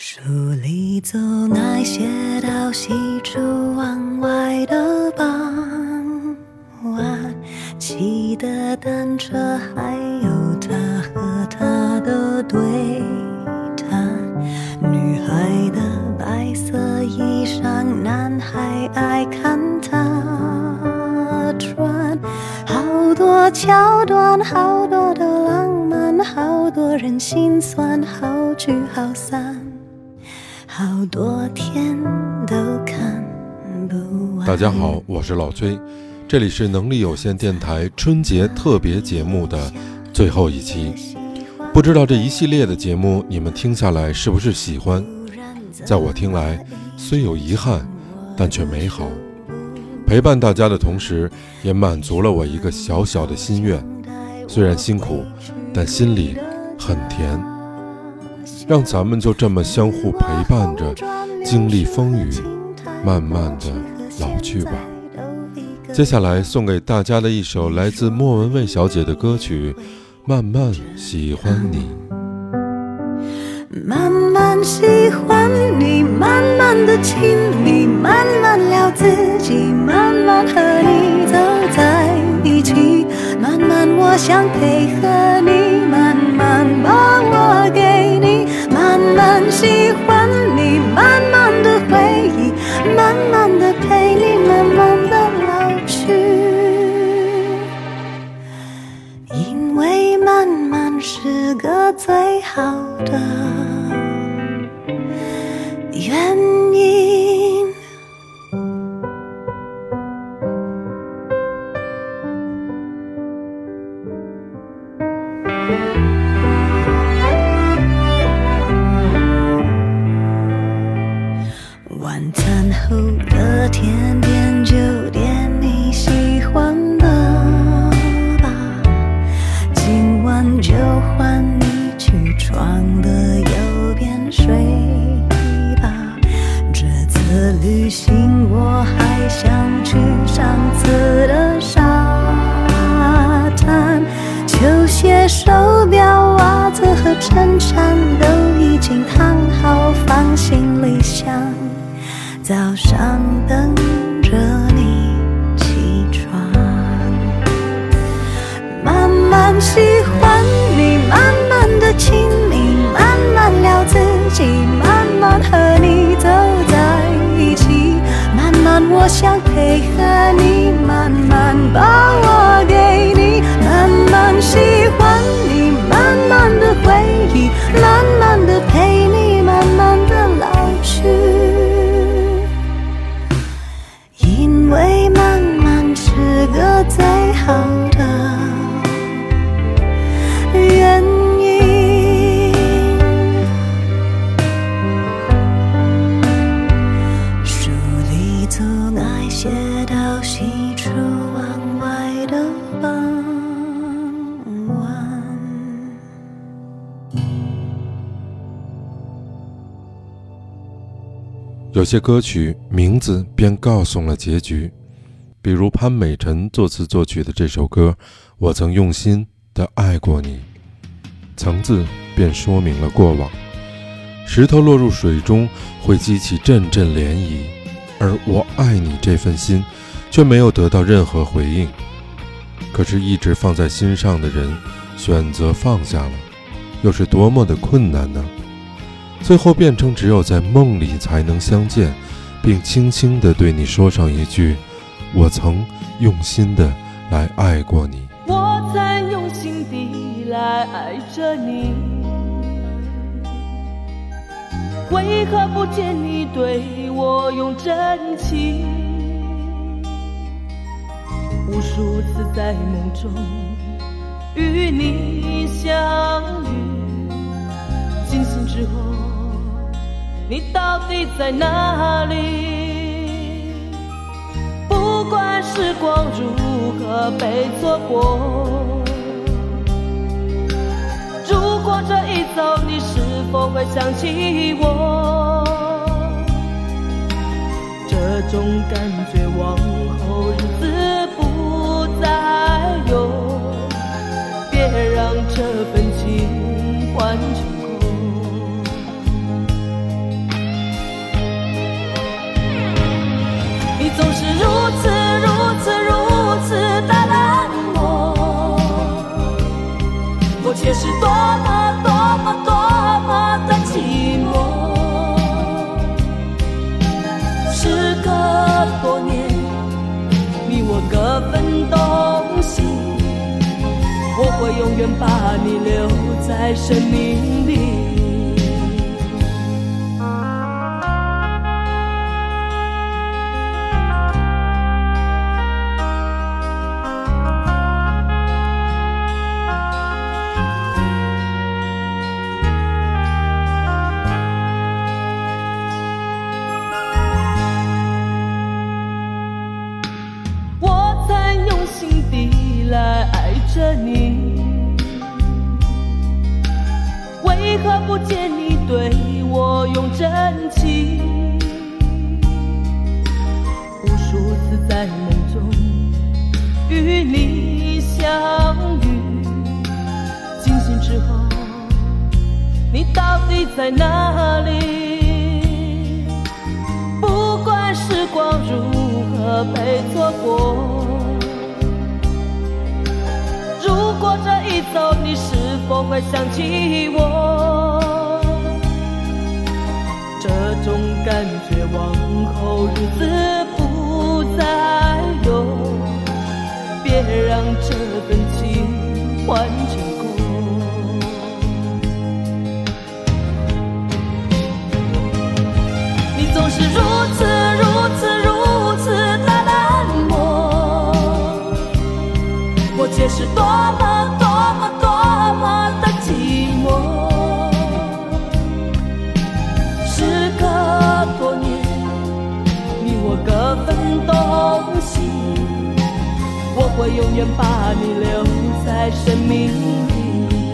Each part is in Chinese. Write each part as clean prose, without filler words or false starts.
书里总爱写到西出望外的傍晚，骑的单车，还有他和他的对谈。女孩的白色衣裳，男孩爱看他穿。好多桥段，好多的浪漫，好多人心酸，好聚好散，好多天都看不完。 大家好，我是老崔，这里是能力有限电台春节特别节目的最后一期。不知道这一系列的节目你们听下来是不是喜欢？在我听来，虽有遗憾，但却美好。陪伴大家的同时，也满足了我一个小小的心愿。虽然辛苦，但心里很甜。让咱们就这么相互陪伴着，经历风雨，慢慢的老去吧。接下来送给大家的一首来自莫文蔚小姐的歌曲《慢慢喜欢你》。 慢慢喜欢你，慢慢的亲密，慢慢聊自己，慢慢和你走在一起，慢慢我想配合你，慢慢把我给你，慢慢喜欢你，慢慢的回忆，慢慢的陪你，慢慢的老去，因为慢慢是个最好的原因。晚餐后的甜点就点你喜欢的吧，今晚就换你去床的右边睡吧。这次旅行我还想去上次的沙滩，球鞋、手表、袜子和衬衫都已经烫好，放行李箱，早上等着你起床。慢慢喜欢你，慢慢的亲密，慢慢聊自己，慢慢和你走在一起，慢慢我想配合你，慢慢把我给你，慢慢喜欢你，慢慢的回忆，慢慢的陪你，慢慢的老去，因为慢慢是个最好的原因。书里总爱写到西出望外的傍晚。 有些歌曲名字便告诉了结局，比如潘美辰作词作曲的这首歌《我曾用心地爱过你》，层字便说明了过往。石头落入水中会激起阵阵涟漪，而我爱你这份心却没有得到任何回应。可是一直放在心上的人选择放下了，又是多么的困难呢？最后变成只有在梦里才能相见，并轻轻地对你说上一句：我曾用心地来爱过你。 我曾用心地来爱着你，为何不见你对我用真情？无数次在梦中与你相遇，惊醒之后你到底在哪里？不管时光如何被错过，如果这一走你是否会想起我？这种感觉往后日子不再有，别让这份情换成空。 永远把你留在生命里。我才用心地来爱着你，为何不见你对我用真情？无数次在梦中与你相遇，惊醒之后，你到底在哪里？不管时光如何被错过，如果这一走，你是否会想起我？这种感觉往后日子不再有，别让这份情换成空。你总是如此的冷漠，我却是多么的寂寞。时隔多年，你我各分东西，我会永远把你留在生命里。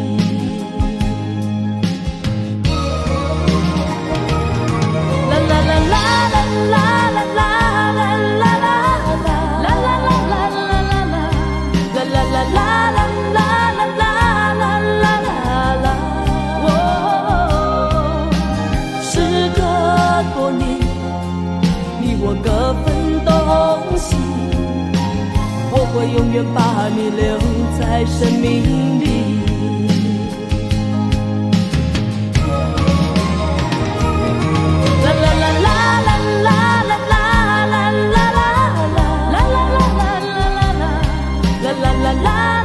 啦啦啦啦啦啦啦啦。我永远把你留在生命里。啦啦啦啦啦啦啦啦啦啦啦啦啦啦啦啦啦。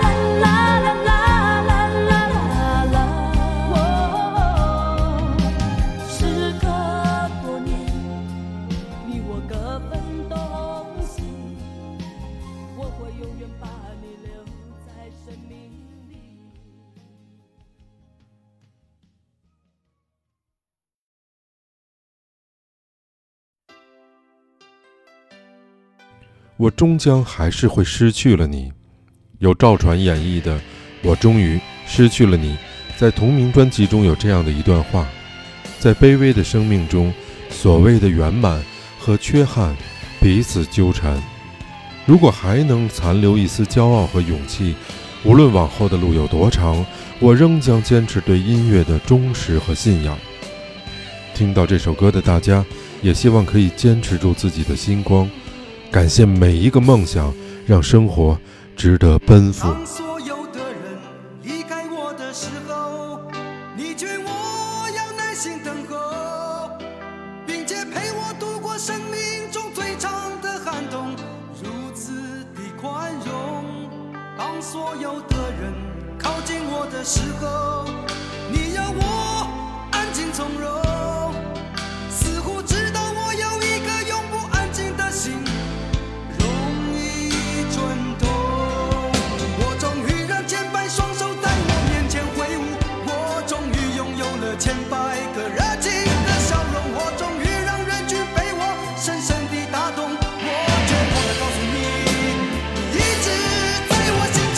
我终将还是会失去了你。由赵传演绎的《我终于失去了你》在同名专辑中有这样的一段话：在卑微的生命中，所谓的圆满和缺憾彼此纠缠，如果还能残留一丝骄傲和勇气，无论往后的路有多长，我仍将坚持对音乐的忠实和信仰。听到这首歌的大家，也希望可以坚持住自己的星光，感谢每一个梦想，让生活值得奔赴。 当所有的人离开我的时候，你劝我要耐心等候，并且陪我度过生命中最长的寒冬，如此的宽容。当所有的人靠近我的时候，你要我安静从容，似乎知道我有一个永不安静的心，容易转动。我终于让千百双手在我面前挥舞，我终于拥有了千百个热情的笑容，我终于让人群被我深深地打动。我绝望地告诉你，你一直在我心中。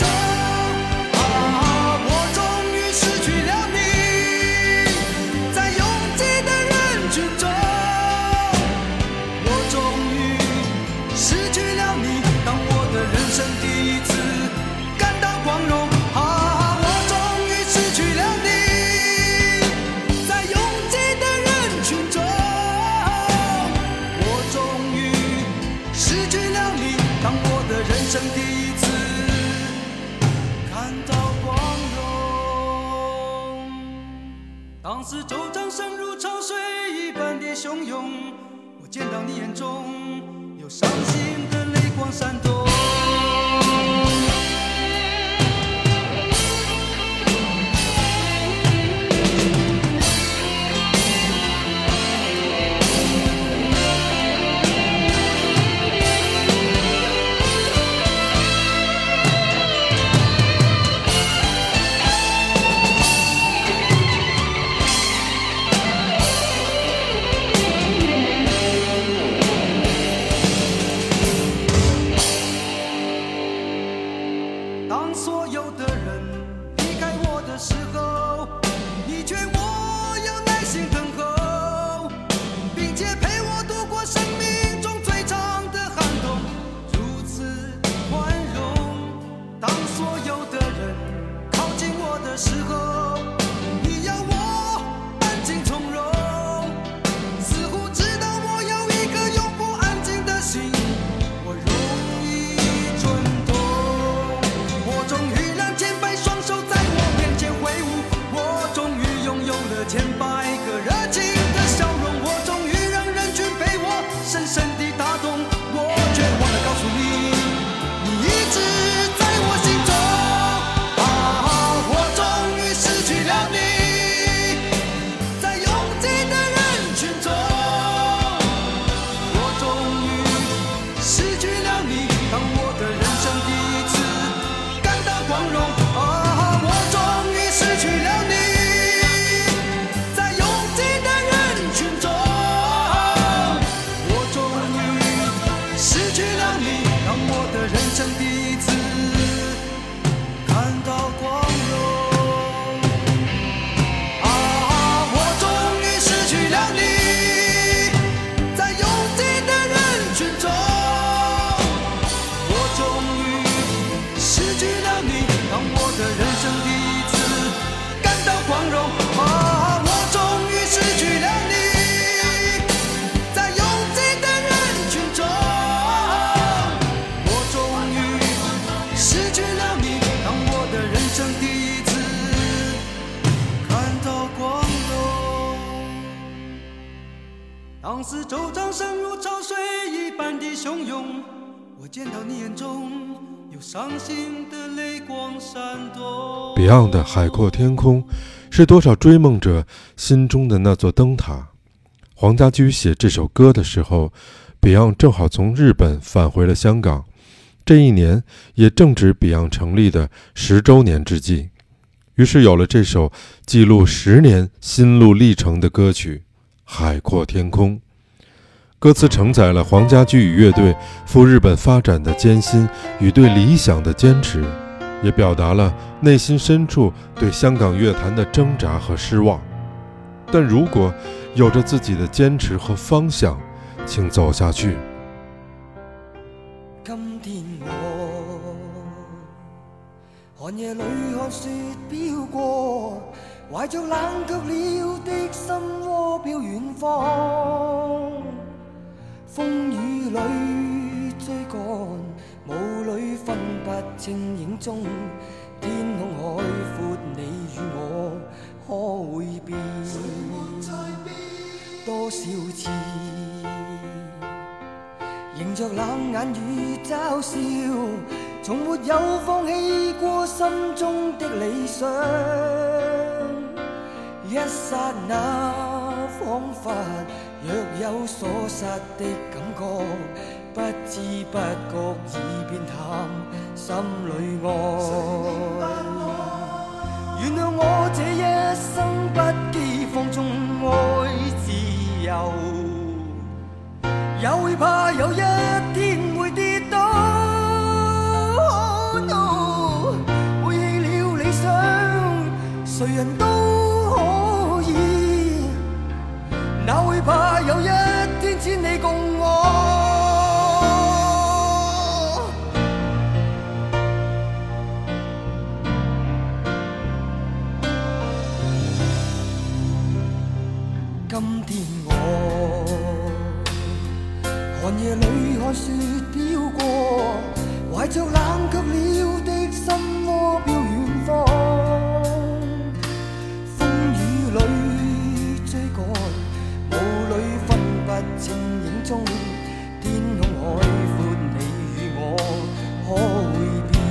我终于失去了你，在拥挤的人群中，我终于失去了你，当我的人生第一次感到光荣。我终于失去了你，在拥挤的人群中，我终于失去了你，当我的人生第一次看到光荣。当时周掌声如潮水一般的汹涌，我见到你眼中有伤心的泪光闪动。 当四周掌声如潮水一般的汹涌，我见到你眼中有伤心的泪光闪动。 Beyond 的海阔天空是多少追梦者心中的那座灯塔。黄家驹写这首歌的时候， Beyond 正好从日本返回了香港，这一年也正值 Beyond 成立的10周年之际，于是有了这首记录10年心路历程的歌曲《海阔天空》。歌词承载了黄家驹与乐队赴日本发展的艰辛与对理想的坚持，也表达了内心深处对香港乐坛的挣扎和失望。但如果有着自己的坚持和方向，请走下去。 今天我寒夜里看雪飘過，懷着冷卻了的心窩飄遠方。風雨裏追趕，霧裏分不清影蹤。天空海闊，你與我可會變？多少次迎着冷眼與嘲笑，從沒有放棄過心中的理想。一剎那彷彿若有所失的感覺，不知不覺已變淡，心裏愛。原諒我這一生不羈放縱愛自由，也會怕有一天會跌倒。Oh no， 背棄了理想，誰人都可以，哪會怕有一天只你共我。今天我寒夜裏看雪飄過，懷着冷卻了的心窩飄遠方。風雨裏追趕，霧裏分不清影蹤。天空海闊，你與我可會變？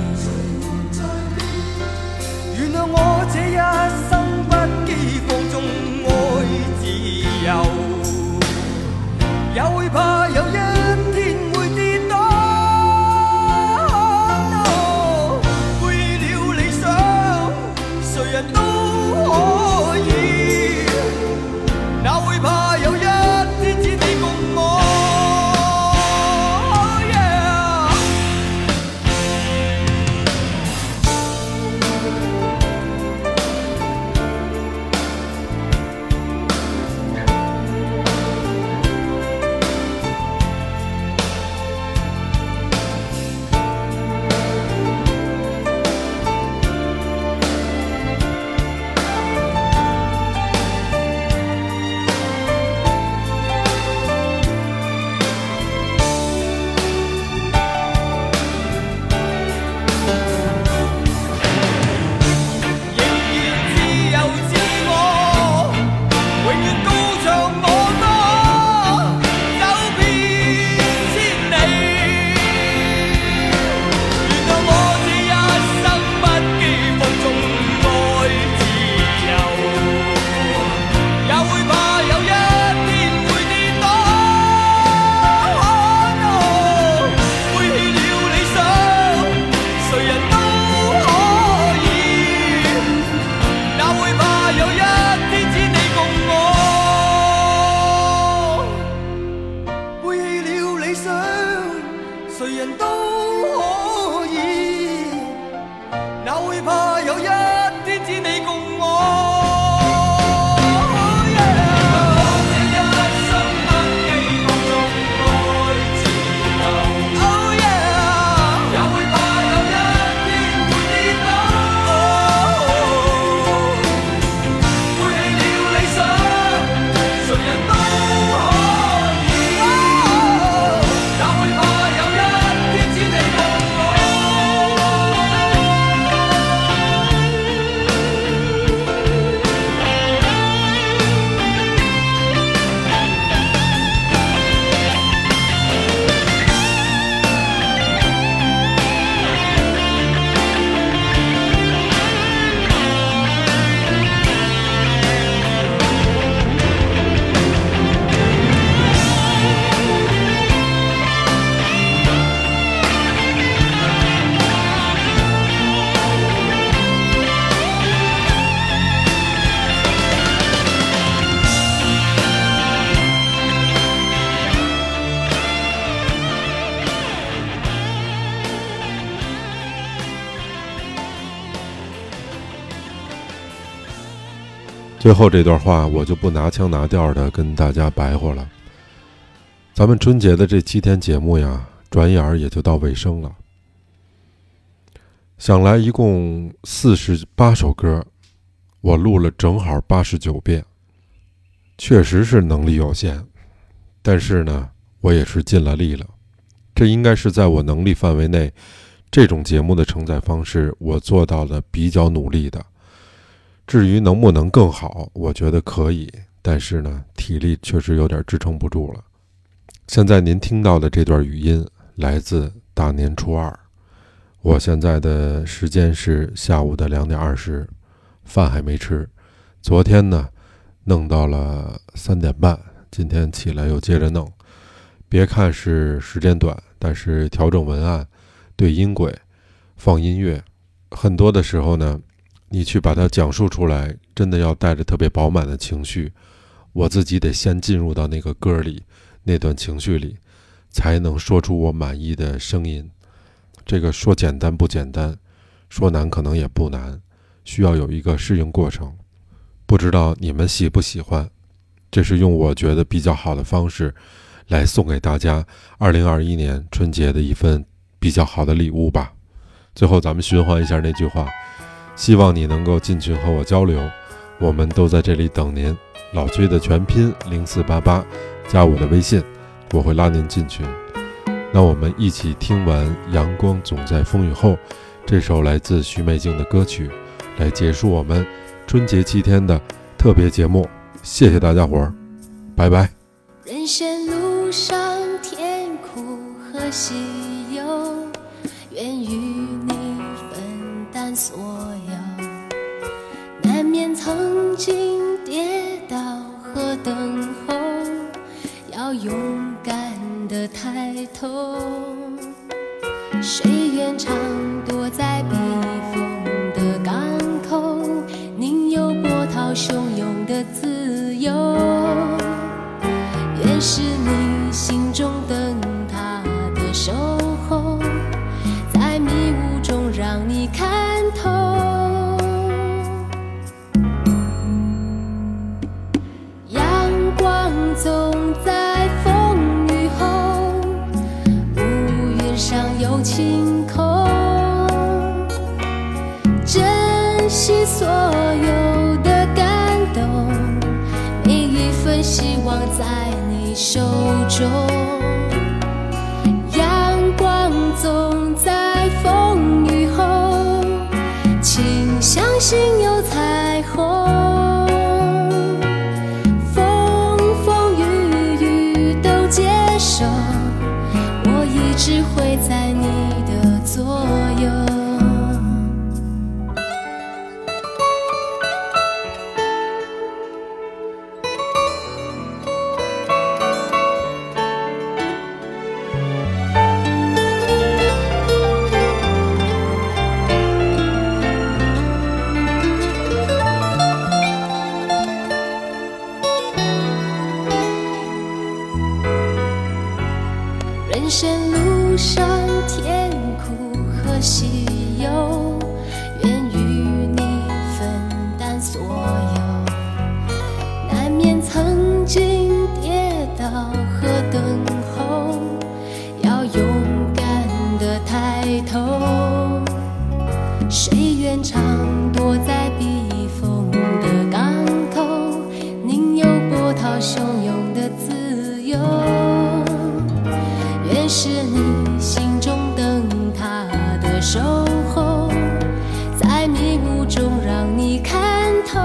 原諒我這一生不羈放縱愛自由，也會怕有一天會跌倒。Oh no， 背棄了理想，誰人都可以，哪會怕有一天只你共我。 最后这段话我就不拿腔拿调的跟大家白话了。咱们春节的这7天节目呀，转眼也就到尾声了。想来一共48首歌，我录了正好89遍，确实是能力有限，但是呢，我也是尽了力了。这应该是在我能力范围内，这种节目的承载方式，我做到了比较努力的。至于能不能更好，我觉得可以，但是呢，体力确实有点支撑不住了。现在您听到的这段语音来自大年初2，我现在的时间是下午的2点20，饭还没吃。昨天呢，弄到了3点半，今天起来又接着弄。别看是时间短，但是调整文案、对音轨、放音乐，很多的时候呢，你去把它讲述出来，真的要带着特别饱满的情绪。我自己得先进入到那个歌里，那段情绪里，才能说出我满意的声音。这个说简单不简单，说难可能也不难，需要有一个适应过程。不知道你们喜不喜欢，这是用我觉得比较好的方式来送给大家2021年春节的一份比较好的礼物吧。最后咱们循环一下那句话，希望你能够进群和我交流，我们都在这里等您。老崔的全拼0488，加我的微信，我会拉您进群。那我们一起听完《阳光总在风雨后》这首来自徐美静的歌曲，来结束我们春节7天的特别节目。谢谢大家伙儿，拜拜。 人生路上甜苦和喜忧，愿与你分担所有，难免曾经跌倒和等候，要勇敢地抬头。谁愿常躲在避风的港口，宁有波涛汹涌的自由。愿是你心中灯塔的守候，在迷雾中让你看透。阳光总在风雨后，乌云上有晴空。珍惜所有的感动，每一份希望在你手中。阳光总在风雨后，请相信有彩虹。风风雨雨都接受，我一直会在你的左右。人生路上甜苦和喜忧，愿与你分担所有，难免曾经跌倒和等候，要勇敢地抬头。谁愿常躲在避风的港口，宁有波涛汹涌的自由。愿是你心中灯塔的守候，在迷雾中让你看透。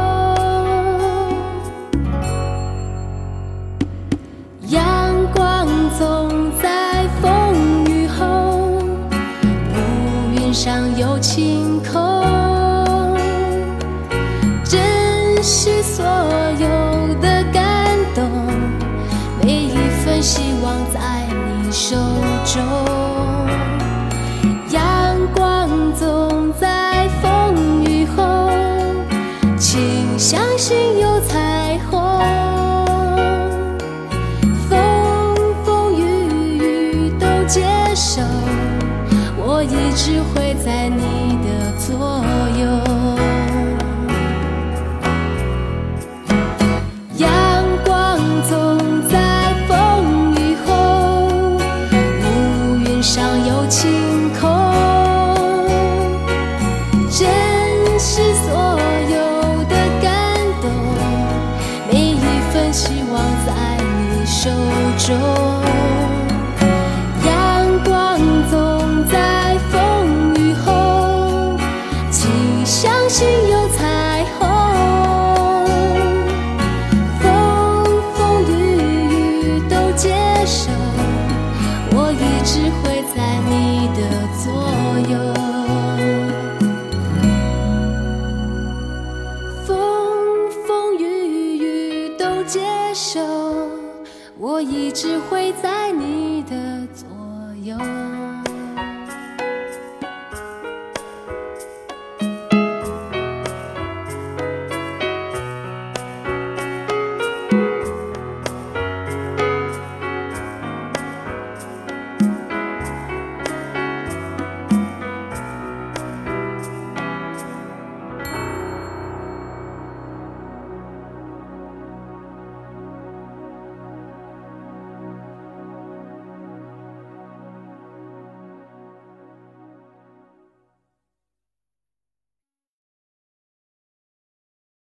阳光总在风雨后，乌云上有晴空。珍惜所有的感动，每一份希望在你手中。阳光总在风雨后，请相信有彩虹。风风雨雨都接受，我一直会在你的左右。 接受，我一直会在你的左右。